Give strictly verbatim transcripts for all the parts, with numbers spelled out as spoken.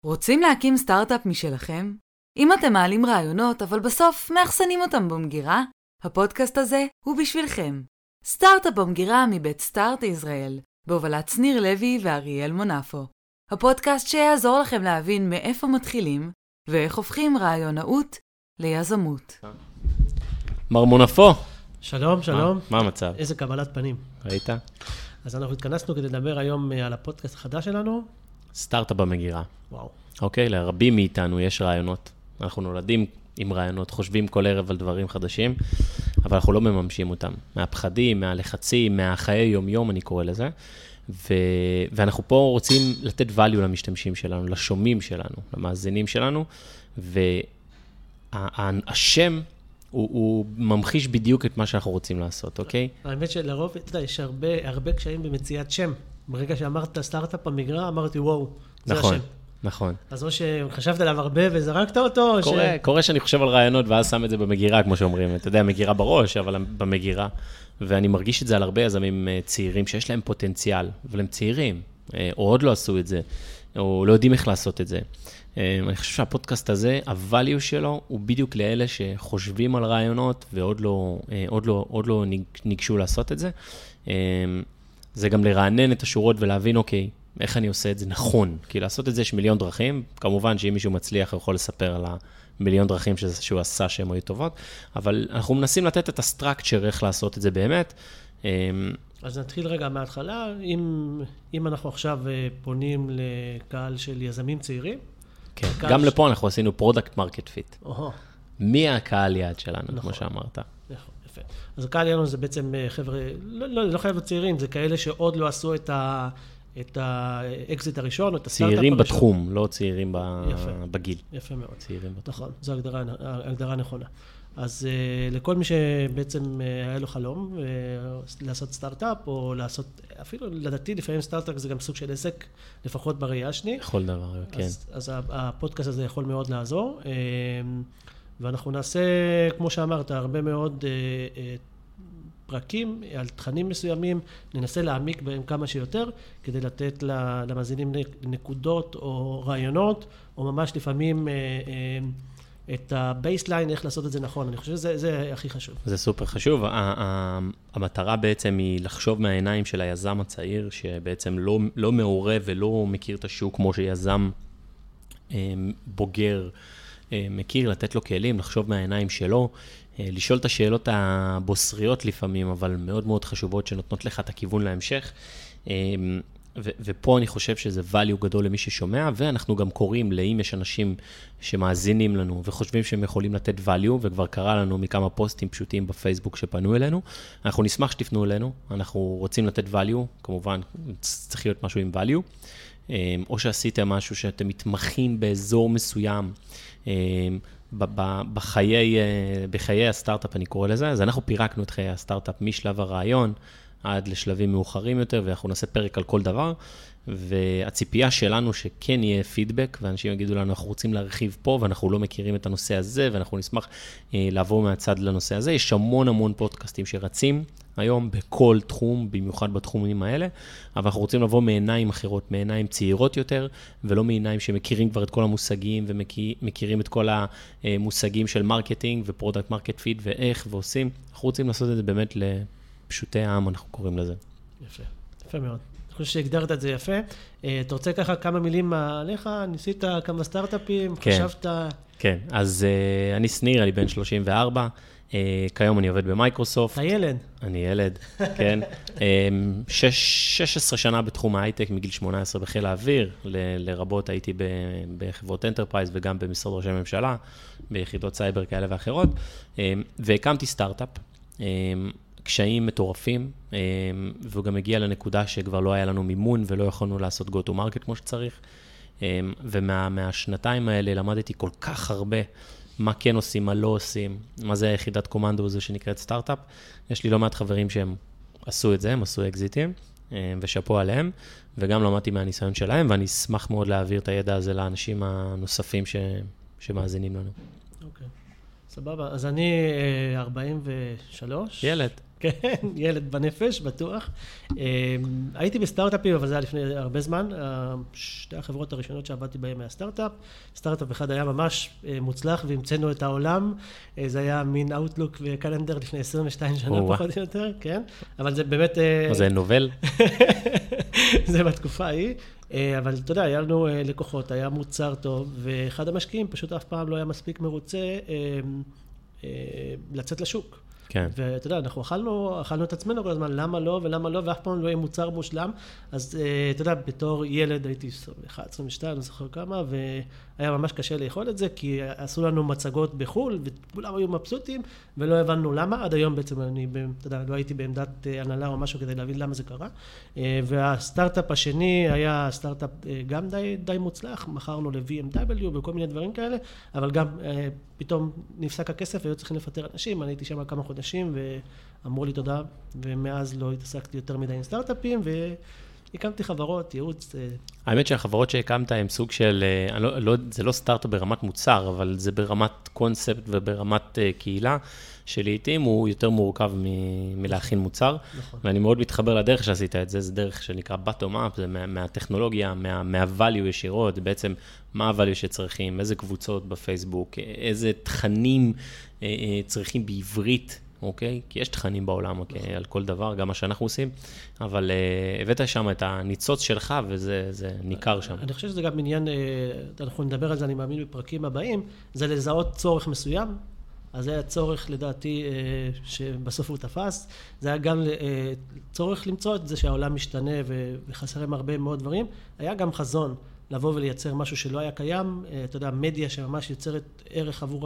רוצים להקים סטארט-אפ משלכם? אם אתם מעלים רעיונות, אבל בסוף מאחסנים אותם במגירה, הפודקאסט הזה הוא בשבילכם. סטארט-אפ במגירה מבית סטארט ישראל, בהובלת שניר לוי ואריאל מונפו. הפודקאסט שיעזור לכם להבין מאיפה מתחילים, ואיך הופכים רעיונאות ליזמות. מר מונפו. שלום, שלום. מה, מה המצב? איזה קבלת פנים. ראית? אז אנחנו התכנסנו כדי לדבר היום על הפודקאסט החדש שלנו. סטארט-אפ במגירה. וואו. אוקיי, לרבים מאיתנו יש רעיונות. אנחנו נולדים עם רעיונות, חושבים כל ערב על דברים חדשים, אבל אנחנו לא מממשים אותם. מהפחדים, מהלחצים, מהחיי יום-יום, אני קורא לזה. ו... ואנחנו פה רוצים לתת value למשתמשים שלנו, לשומעים שלנו, למאזינים שלנו, והשם הוא, הוא ממחיש בדיוק את מה שאנחנו רוצים לעשות, אוקיי? האמת שלרוב, אתה יודע, יש הרבה, הרבה קשיים במציאת שם. ברגע שאמרת סטארט-אפ במגרה, אמרתי, וואו, זה נכון. השם. נכון. אז או שחשבת עליו הרבה וזרקת אותו, או קורה, ש... קורה שאני חושב על רעיונות, ואז שם את זה במגירה, כמו שאומרים. אתה יודע, מגירה בראש, אבל במגירה. ואני מרגיש את זה על הרבה יזמים צעירים, שיש להם פוטנציאל, אבל הם צעירים, או עוד לא עשו את זה, או לא יודעים איך לעשות את זה. אני חושב שהפודקאסט הזה, הvalue שלו, הוא בדיוק לאלה שחושבים על רעיונות, ועוד לא, עוד לא, עוד לא ניגשו לעשות את זה. זה גם לרענן את השורות ולהבין, אוקיי, איך אני עושה את זה נכון, כי לעשות את זה יש מיליון דרכים, כמובן שאם מישהו מצליח, הוא יכול לספר על המיליון דרכים שהוא עשה שהם היו טובות, אבל אנחנו מנסים לתת את הסטרקצ'ר, איך לעשות את זה באמת. אז נתחיל רגע מההתחלה, אם, אם אנחנו עכשיו פונים לקהל של יזמים צעירים. כן, גם ש... לפה אנחנו עשינו פרודקט מרקט פיט. אוהו. מי הקהל יעד שלנו, נכון. כמו שאמרת. נכון, יפה. אז הקהל יעד זה בעצם חבר'ה, לא, לא, לא חייב צעירים, זה כאלה שעוד לא עשו את ה... את האקזיט הראשון, או את הסטארט-אפ הראשון. צעירים בתחום, לא צעירים יפה. בגיל. יפה מאוד. צעירים בתחום. נכון, זו הגדרה, הגדרה נכונה. אז uh, לכל מי שבעצם uh, היה לו חלום, uh, לעשות סטארט-אפ, או לעשות, אפילו לדעתי, לפעמים סטארט-אפ זה גם סוג של עסק, לפחות בראייה השני. יכול דבר, כן. אז, אז הפודקאסט הזה יכול מאוד לעזור. Uh, ואנחנו נעשה, כמו שאמרת, הרבה מאוד uh, uh, פרקים על תכנים מסוימים, ננסה להעמיק בהם כמה שיותר, כדי לתת למאזינים נקודות או רעיונות, או ממש לפעמים אה, אה, את הבייסליין, איך לעשות את זה נכון. אני חושב שזה זה הכי חשוב. זה סופר חשוב. המטרה בעצם היא לחשוב מהעיניים של היזם הצעיר, שבעצם לא, לא מעורב ולא מכיר את השוק כמו שיזם אה, בוגר אה, מכיר, לתת לו כלים, לחשוב מהעיניים שלו, לשאול את השאלות הבוסריות לפעמים, אבל מאוד מאוד חשובות שנותנות לך את הכיוון להמשך. ו- ופה אני חושב שזה value גדול למי ששומע, ואנחנו גם קוראים לאם יש אנשים שמאזינים לנו וחושבים שהם יכולים לתת value, וכבר קרה לנו מכמה פוסטים פשוטים בפייסבוק שפנו אלינו. אנחנו נשמח שתפנו אלינו, אנחנו רוצים לתת value, כמובן צריך להיות משהו עם value, או שעשיתם משהו שאתם מתמחים באזור מסוים, בחיי, בחיי הסטארט-אפ אני קורא לזה, אז אנחנו פירקנו את חיי הסטארט-אפ משלב הרעיון עד לשלבים מאוחרים יותר, ואנחנו נעשה פרק על כל דבר, והציפייה שלנו שכן יהיה פידבק, ואנשים יגידו לנו, אנחנו רוצים להרחיב פה, ואנחנו לא מכירים את הנושא הזה, ואנחנו נשמח לעבור מהצד לנושא הזה. יש המון המון פודקאסטים שרצים היום בכל תחום, במיוחד בתחומים האלה, אבל אנחנו רוצים לבוא מעיניים אחרות, מעיניים צעירות יותר, ולא מעיניים שמכירים כבר את כל המושגים, ומכירים את כל המושגים של מרקטינג, ופרודקט מרקט פיט, ואיך ועושים. אנחנו רוצים לעשות את זה באמת לפשוטי העם, אנחנו קוראים לזה. יפה, יפה מאוד. אני חושב שהגדרת את זה יפה. אתה רוצה ככה כמה מילים עליך? ניסית כמה סטארט-אפים? כן, חשבת? כן, אז uh, אני שניר, אני בן שלושים וארבע, uh, כיום אני עובד במייקרוסופט. אתה ילד. אני ילד, כן. um, שש, שש עשרה שנה בתחום ההייטק, מגיל שמונה עשרה בחיל האוויר, ל, לרבות הייתי ב, בחברות אנטרפרייז וגם במשרד ראשי הממשלה, ביחידות סייבר כאלה ואחרות, um, והקמתי סטארט-אפ. Um, קשיים מטורפים, והוא גם הגיע לנקודה שכבר לא היה לנו מימון, ולא יכולנו לעשות go to market כמו שצריך, ומהשנתיים האלה למדתי כל כך הרבה, מה כן עושים, מה לא עושים, מה זה היחידת קומנדו הזו שנקראת סטארט-אפ. יש לי לא מעט חברים שהם עשו את זה, הם עשו אקזיטים, ושפו עליהם, וגם למדתי מהניסיון שלהם, ואני אשמח מאוד להעביר את הידע הזה לאנשים הנוספים ש... שמאזינים לנו. אוקיי. סבבה, אז אני ארבעים ושלוש. ילד. כן, ילד בנפש, בטוח. הייתי בסטארט-אפים, אבל זה היה לפני הרבה זמן. שתי החברות הראשונות שעבדתי בהן היה סטארט-אפ. סטארט-אפ אחד היה ממש מוצלח, והמצאנו את העולם. זה היה מין אאוטלוק וקלנדר לפני עשרים ושתיים שנה, פחות או יותר, כן. אבל זה באמת... זה נובל? זה בתקופה ההיא. אבל אתה יודע, היה לנו לקוחות, היה מוצר טוב, ואחד המשקיעים פשוט אף פעם לא היה מספיק מרוצה לצאת לשוק. כן. ואתה יודע, אנחנו אכלנו, אכלנו את עצמנו כל הזמן, למה לא ולמה לא, ואף פעם לא יהיה מוצר מושלם. אז אתה יודע, בתור ילד הייתי אחת עשרה ושתיים, אני זוכר כמה, והיה ממש קשה לאכול את זה, כי עשו לנו מצגות בחול, וכולם היו מבסוטים, ולא הבנו למה. עד היום בעצם אני, אתה יודע, לא הייתי בעמדת הנהלה או משהו כדי להבין למה זה קרה. והסטארט-אפ השני היה סטארט-אפ גם די, די מוצלח, מכרנו ל-וי אם דאבליו וכל מיני דברים כאלה, אבל גם פתאום נפסק הכסף והיו צריכים לפטר אנשים, אני הייתי שם כמה חודשים ואמרו לי תודה, ומאז לא התעסקתי יותר מדי עם סטארט-אפים, והקמתי חברות, ייעוץ. האמת שהחברות שהקמת הם סוג של, לא, לא, זה לא סטארט-אפ ברמת מוצר, אבל זה ברמת קונספט וברמת קהילה, שלעיתים הוא יותר מורכב מ- מלהכין מוצר, נכון. ואני מאוד מתחבר לדרך שעשית את זה, זה דרך שנקרא bottom up, זה מה, מהטכנולוגיה, מה, מה-value ישירות, בעצם מה ה-value שצריכים, איזה קבוצות בפייסבוק, איזה תכנים אה, אה, צריכים בעברית, אוקיי? כי יש תכנים בעולם, אוקיי? נכון. על כל דבר, גם מה שאנחנו עושים, אבל אה, הבאת שם את הניצוץ שלך, וזה זה ניכר שם. אני חושב שזה גם עניין, אה, אנחנו נדבר על זה, אני מאמין בפרקים הבאים, זה לזהות צורך מסוים, אז זה היה צורך לדעתי שבסוף הוא תפס, זה היה גם צורך למצוא את זה שהעולם משתנה וחסרים הרבה מאוד דברים, היה גם חזון לבוא ולייצר משהו שלא היה קיים, אתה יודע, מדיה שממש יוצרת ערך עבור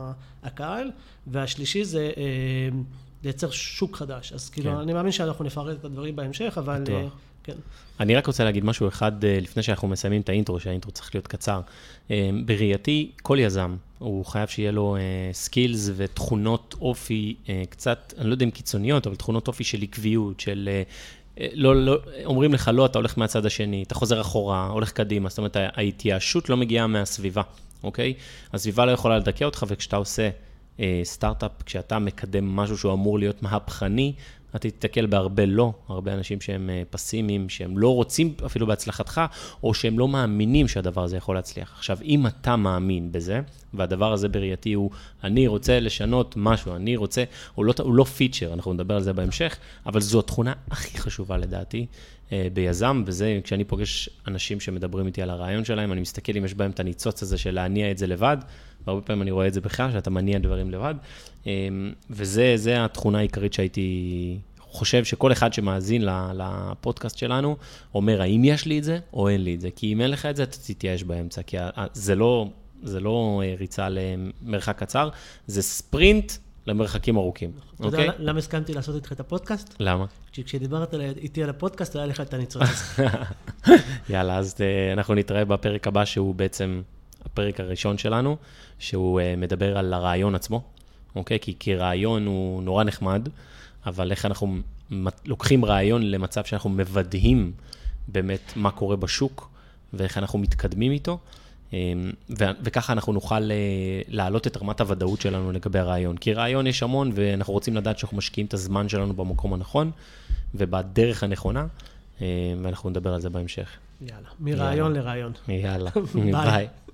הקהל, והשלישי זה לייצר שוק חדש, אז כאילו אני מאמין שאנחנו נפרט את הדברים בהמשך, אבל כן. אני רק רוצה להגיד משהו אחד לפני שאנחנו מסיימים את האינטרו, שהאינטרו צריך להיות קצר. בראייתי, כל יזם, הוא חייב שיהיה לו סקילס ותכונות אופי קצת, אני לא יודע אם קיצוניות, אבל תכונות אופי של עקביות, של... לא, לא, אומרים לך, לא, אתה הולך מהצד השני, אתה חוזר אחורה, הולך קדימה, זאת אומרת, ההתייאשות לא מגיעה מהסביבה, אוקיי? הסביבה לא יכולה לדכא אותך, וכשאתה עושה סטארט-אפ, כשאתה מקדם משהו שהוא אמור להיות מהפכני, אתה תתקל בהרבה לא, הרבה אנשים שהם פסימיים, שהם לא רוצים אפילו בהצלחתך, או שהם לא מאמינים שהדבר הזה יכול להצליח. עכשיו, אם אתה מאמין בזה, והדבר הזה בראייתי הוא, אני רוצה לשנות משהו, אני רוצה, הוא לא, הוא לא פיצ'ר, אנחנו נדבר על זה בהמשך, אבל זו התכונה הכי חשובה לדעתי ביזם, וזה כשאני פוגש אנשים שמדברים איתי על הרעיון שלהם, אני מסתכל אם יש בהם את הניצוץ הזה של להניע את זה לבד, והרבה פעמים אני רואה את זה בכלל, שאתה מניע דברים לבד, וזה, זה התכונה העיקרית שהייתי חושב שכל אחד שמאזין לפודקאסט שלנו, אומר, האם יש לי את זה או אין לי את זה, כי אם אין לך את זה, אתה תתייאש באמצע, כי זה לא, זה לא ריצה למרחק קצר, זה ספרינט למרחקים ארוכים. אתה יודע למה הסכמתי לעשות איתך את הפודקאסט? למה? כשדיברת איתי על הפודקאסט, היה לך את הניצוץ. יאללה, אז אנחנו נתראה בפרק הבא, שהוא בעצם הפרק הראשון שלנו, שהוא מדבר על הרעיון עצמו, אוקיי? כי, כי רעיון הוא נורא נחמד, אבל איך אנחנו לוקחים רעיון למצב שאנחנו מבדהים באמת מה קורה בשוק, ואיך אנחנו מתקדמים איתו, וככה אנחנו נוכל להעלות את רמת הוודאות שלנו לגבי הרעיון. כי רעיון יש המון, ואנחנו רוצים לדעת שאנחנו משקיעים את הזמן שלנו במקום הנכון, ובדרך הנכונה, ואנחנו נדבר על זה בהמשך. יאללה, מרעיון לרעיון. יאללה, ביי.